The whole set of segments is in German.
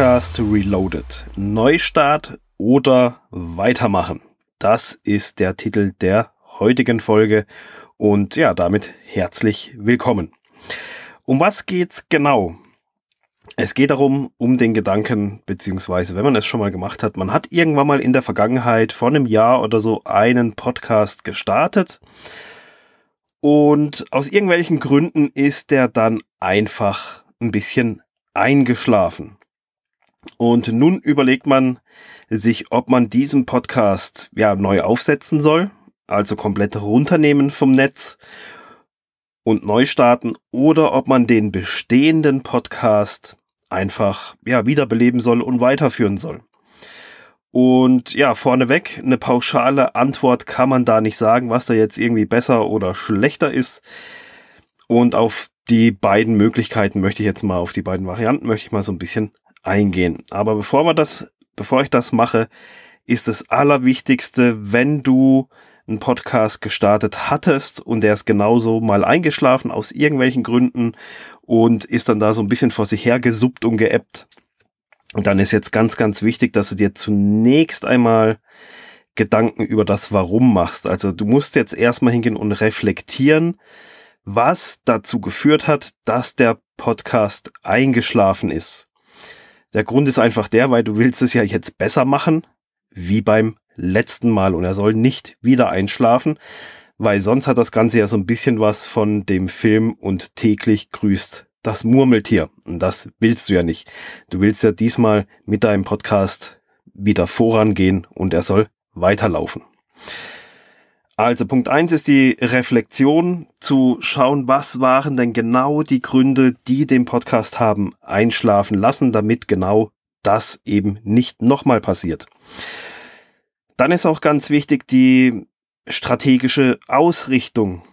Podcast Reloaded. Neustart oder weitermachen? Das ist der Titel der heutigen Folge und ja, damit herzlich willkommen. Um was geht's genau? Es geht darum, um den Gedanken, beziehungsweise wenn man es schon mal gemacht hat, man hat irgendwann mal in der Vergangenheit vor einem Jahr oder so einen Podcast gestartet und aus irgendwelchen Gründen ist der dann einfach ein bisschen eingeschlafen. Und nun überlegt man sich, ob man diesen Podcast neu aufsetzen soll, also komplett runternehmen vom Netz und neu starten, oder ob man den bestehenden Podcast einfach wiederbeleben soll und weiterführen soll. Und ja, vorneweg, eine pauschale Antwort kann man da nicht sagen, was da jetzt irgendwie besser oder schlechter ist. Und auf die beiden Möglichkeiten auf die beiden Varianten möchte ich mal so ein bisschen eingehen. Aber bevor ich das mache, ist das Allerwichtigste, wenn du einen Podcast gestartet hattest und der ist genauso mal eingeschlafen aus irgendwelchen Gründen und ist dann da so ein bisschen vor sich hergesuppt und geebbt. Und dann ist jetzt ganz, ganz wichtig, dass du dir zunächst einmal Gedanken über das Warum machst. Also du musst jetzt erstmal hingehen und reflektieren, was dazu geführt hat, dass der Podcast eingeschlafen ist. Der Grund ist einfach weil du willst es ja jetzt besser machen, wie beim letzten Mal. Und er soll nicht wieder einschlafen, weil sonst hat das Ganze ja so ein bisschen was von dem Film Und täglich grüßt das Murmeltier. Und das willst du ja nicht. Du willst ja diesmal mit deinem Podcast wieder vorangehen und er soll weiterlaufen. Also Punkt 1 ist die Reflexion, zu schauen, was waren denn genau die Gründe, die den Podcast haben einschlafen lassen, damit genau das eben nicht nochmal passiert. Dann ist auch ganz wichtig die strategische Ausrichtung.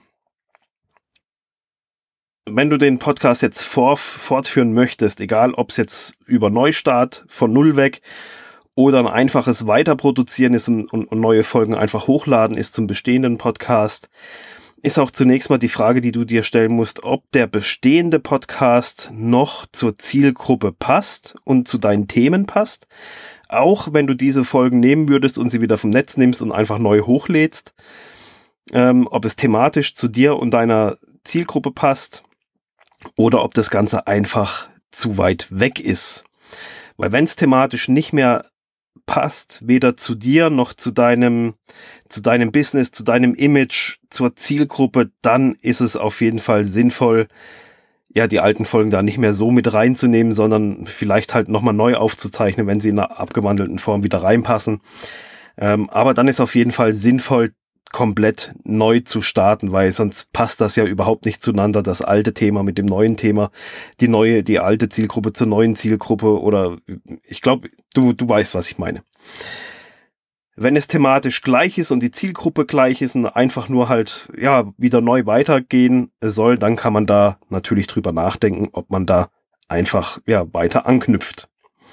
Wenn du den Podcast jetzt fortführen möchtest, egal ob es jetzt über Neustart von Null weg oder ein einfaches Weiterproduzieren ist und neue Folgen einfach hochladen ist zum bestehenden Podcast, ist auch zunächst mal die Frage, die du dir stellen musst, ob der bestehende Podcast noch zur Zielgruppe passt und zu deinen Themen passt. Auch wenn du diese Folgen nehmen würdest und sie wieder vom Netz nimmst und einfach neu hochlädst, ob es thematisch zu dir und deiner Zielgruppe passt oder ob das Ganze einfach zu weit weg ist. Weil wenn es thematisch nicht mehr passt, weder zu dir noch zu deinem Business, zu deinem Image, zur Zielgruppe, dann ist es auf jeden Fall sinnvoll, die alten Folgen da nicht mehr so mit reinzunehmen, sondern vielleicht halt nochmal neu aufzuzeichnen, wenn sie in einer abgewandelten Form wieder reinpassen. Aber dann ist auf jeden Fall sinnvoll, komplett neu zu starten, weil sonst passt das ja überhaupt nicht zueinander, das alte Thema mit dem neuen Thema, die alte Zielgruppe zur neuen Zielgruppe oder ich glaube, du weißt, was ich meine. Wenn es thematisch gleich ist und die Zielgruppe gleich ist und einfach nur halt wieder neu weitergehen soll, dann kann man da natürlich drüber nachdenken, ob man da einfach weiter anknüpft.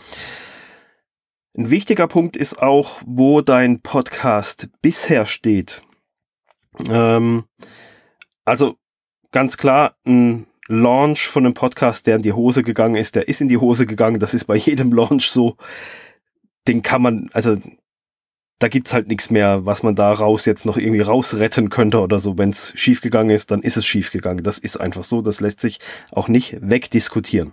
Ein wichtiger Punkt ist auch, wo dein Podcast bisher steht. Also ganz klar, ein Launch von einem Podcast, der in die Hose gegangen ist, der ist in die Hose gegangen. Das ist bei jedem Launch so. Den kann man, also da gibt's halt nichts mehr, was man daraus jetzt noch irgendwie rausretten könnte oder so. Wenn es schief gegangen ist, dann ist es schief gegangen. Das ist einfach so. Das lässt sich auch nicht wegdiskutieren.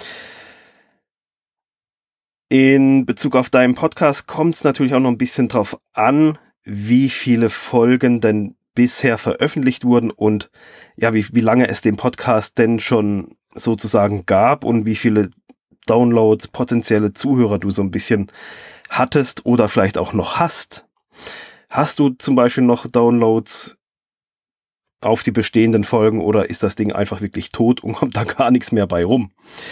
In Bezug auf deinen Podcast kommt es natürlich auch noch ein bisschen drauf an, wie viele Folgen denn bisher veröffentlicht wurden und wie lange es den Podcast denn schon sozusagen gab und wie viele Downloads, potenzielle Zuhörer du so ein bisschen hattest oder vielleicht auch noch hast. Hast du zum Beispiel noch Downloads auf die bestehenden Folgen oder ist das Ding einfach wirklich tot und kommt da gar nichts mehr bei rum?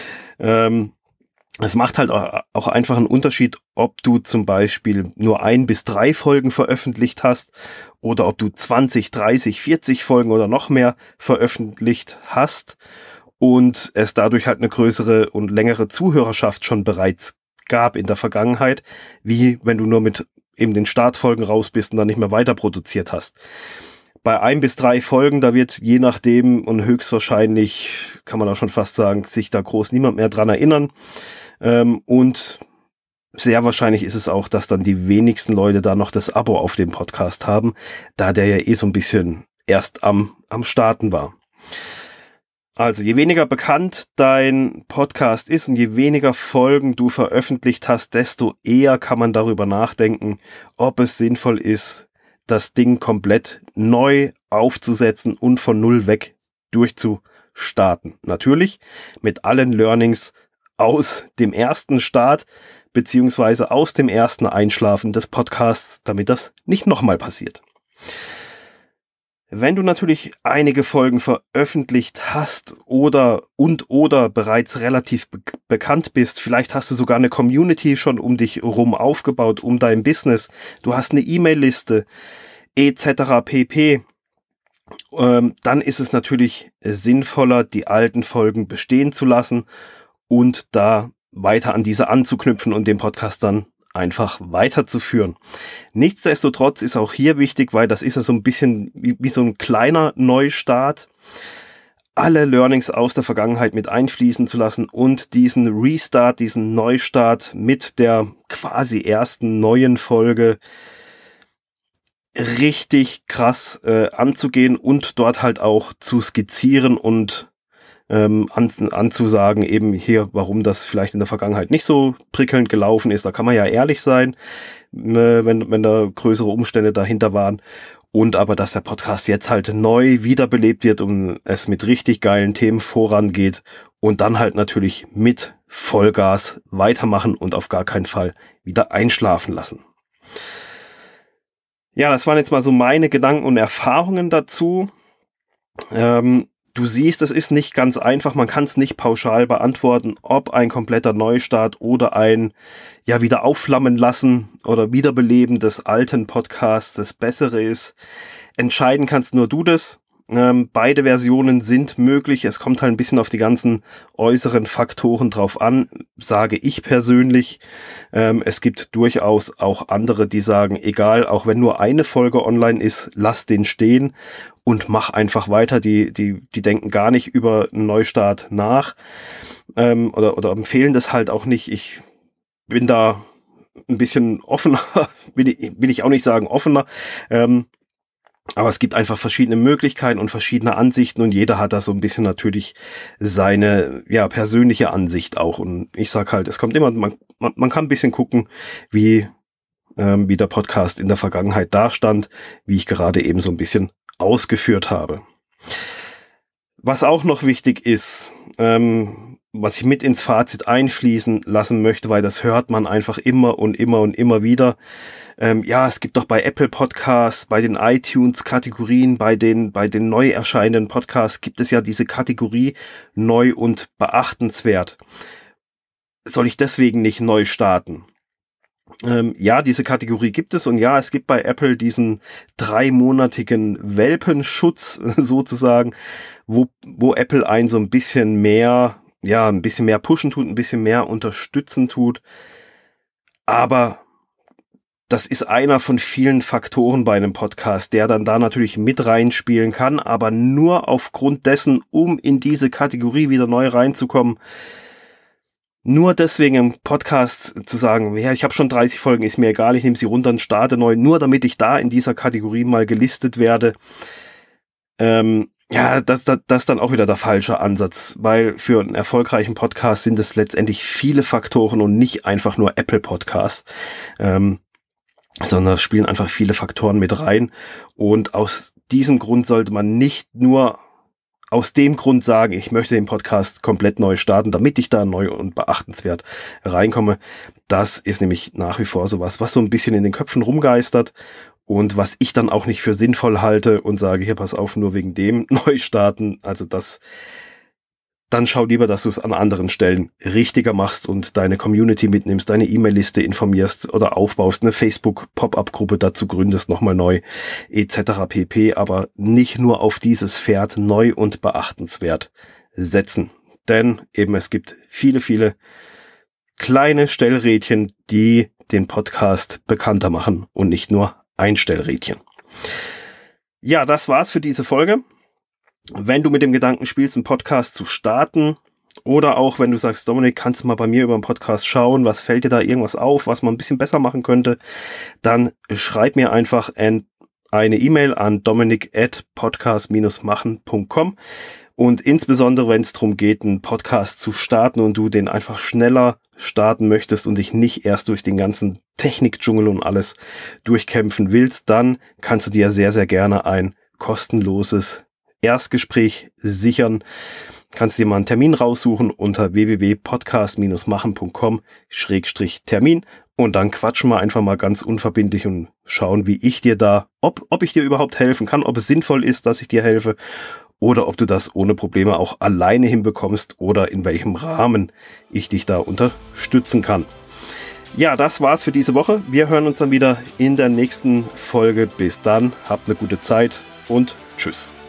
Es macht halt auch einfach einen Unterschied, ob du zum Beispiel nur 1 bis 3 Folgen veröffentlicht hast oder ob du 20, 30, 40 Folgen oder noch mehr veröffentlicht hast und es dadurch halt eine größere und längere Zuhörerschaft schon bereits gab in der Vergangenheit, wie wenn du nur mit eben den Startfolgen raus bist und dann nicht mehr weiter produziert hast. Bei 1 bis 3 Folgen, da wird je nachdem und höchstwahrscheinlich, kann man auch schon fast sagen, sich da groß niemand mehr dran erinnern. Und sehr wahrscheinlich ist es auch, dass dann die wenigsten Leute da noch das Abo auf dem Podcast haben, da der ja so ein bisschen erst am Starten war. Also je weniger bekannt dein Podcast ist und je weniger Folgen du veröffentlicht hast, desto eher kann man darüber nachdenken, ob es sinnvoll ist, das Ding komplett neu aufzusetzen und von null weg durchzustarten. Natürlich mit allen Learnings aus dem ersten Start beziehungsweise aus dem ersten Einschlafen des Podcasts, damit das nicht nochmal passiert. Wenn du natürlich einige Folgen veröffentlicht hast oder bereits relativ bekannt bist, vielleicht hast du sogar eine Community schon um dich rum aufgebaut, um dein Business, du hast eine E-Mail-Liste etc. pp., dann ist es natürlich sinnvoller, die alten Folgen bestehen zu lassen und da weiter an diese anzuknüpfen und den Podcast dann einfach weiterzuführen. Nichtsdestotrotz ist auch hier wichtig, weil das ist ja so ein bisschen wie so ein kleiner Neustart, alle Learnings aus der Vergangenheit mit einfließen zu lassen und diesen Restart, diesen Neustart mit der quasi ersten neuen Folge richtig krass anzugehen und dort halt auch zu skizzieren und anzusagen, eben hier, warum das vielleicht in der Vergangenheit nicht so prickelnd gelaufen ist. Da kann man ja ehrlich sein, wenn da größere Umstände dahinter waren. Und aber, dass der Podcast jetzt halt neu wiederbelebt wird und es mit richtig geilen Themen vorangeht und dann halt natürlich mit Vollgas weitermachen und auf gar keinen Fall wieder einschlafen lassen. Ja, das waren jetzt mal so meine Gedanken und Erfahrungen dazu. Du siehst, es ist nicht ganz einfach, man kann es nicht pauschal beantworten, ob ein kompletter Neustart oder ein wieder aufflammen lassen oder Wiederbeleben des alten Podcasts das Bessere ist. Entscheiden kannst nur du das. Beide Versionen sind möglich, es kommt halt ein bisschen auf die ganzen äußeren Faktoren drauf an, sage ich persönlich. Es gibt durchaus auch andere, die sagen, egal, auch wenn nur eine Folge online ist, lass den stehen und mach einfach weiter. Die denken gar nicht über einen Neustart nach oder empfehlen das halt auch nicht. Ich bin da ein bisschen offener, will ich auch nicht sagen offener, aber es gibt einfach verschiedene Möglichkeiten und verschiedene Ansichten und jeder hat da so ein bisschen natürlich seine persönliche Ansicht auch. Und ich sag halt, es kommt immer, man kann ein bisschen gucken, wie der Podcast in der Vergangenheit dastand, wie ich gerade eben so ein bisschen ausgeführt habe. Was auch noch wichtig ist, was ich mit ins Fazit einfließen lassen möchte, weil das hört man einfach immer und immer und immer wieder. Es gibt doch bei Apple Podcasts, bei den iTunes-Kategorien, bei den neu erscheinenden Podcasts gibt es ja diese Kategorie neu und beachtenswert. Soll ich deswegen nicht neu starten? Diese Kategorie gibt es und es gibt bei Apple diesen 3-monatigen Welpenschutz sozusagen, wo Apple einen so ein bisschen mehr pushen tut, ein bisschen mehr unterstützen tut. Aber das ist einer von vielen Faktoren bei einem Podcast, der dann da natürlich mit reinspielen kann, aber nur aufgrund dessen, um in diese Kategorie wieder neu reinzukommen. Nur deswegen im Podcast zu sagen, ich habe schon 30 Folgen, ist mir egal, ich nehme sie runter und starte neu, nur damit ich da in dieser Kategorie mal gelistet werde. Das ist dann auch wieder der falsche Ansatz, weil für einen erfolgreichen Podcast sind es letztendlich viele Faktoren und nicht einfach nur Apple Podcasts, sondern es spielen einfach viele Faktoren mit rein und aus diesem Grund sollte man nicht nur aus dem Grund sagen, ich möchte den Podcast komplett neu starten, damit ich da neu und beachtenswert reinkomme. Das ist nämlich nach wie vor sowas, was so ein bisschen in den Köpfen rumgeistert und was ich dann auch nicht für sinnvoll halte und sage, hier pass auf, nur wegen dem neu starten. Also dann schau lieber, dass du es an anderen Stellen richtiger machst und deine Community mitnimmst, deine E-Mail-Liste informierst oder aufbaust, eine Facebook-Pop-up-Gruppe dazu gründest, nochmal neu, etc. pp. Aber nicht nur auf dieses Pferd neu und beachtenswert setzen. Denn eben es gibt viele, viele kleine Stellrädchen, die den Podcast bekannter machen und nicht nur ein Stellrädchen. Ja, das war's für diese Folge. Wenn du mit dem Gedanken spielst, einen Podcast zu starten, Oder auch, wenn du sagst, Dominik, kannst du mal bei mir über den Podcast schauen, was fällt dir da irgendwas auf, was man ein bisschen besser machen könnte, dann schreib mir einfach eine E-Mail an dominik@podcast-machen.com. Und insbesondere, wenn es darum geht, einen Podcast zu starten und du den einfach schneller starten möchtest und dich nicht erst durch den ganzen Technikdschungel und alles durchkämpfen willst, dann kannst du dir sehr, sehr gerne ein kostenloses Erstgespräch sichern. Kannst dir mal einen Termin raussuchen unter www.podcast-machen.com/Termin und dann quatschen wir einfach mal ganz unverbindlich und schauen, wie ich dir da, ob ich dir überhaupt helfen kann, ob es sinnvoll ist, dass ich dir helfe oder ob du das ohne Probleme auch alleine hinbekommst oder in welchem Rahmen ich dich da unterstützen kann. Ja, das war's für diese Woche. Wir hören uns dann wieder in der nächsten Folge. Bis dann, habt eine gute Zeit und tschüss.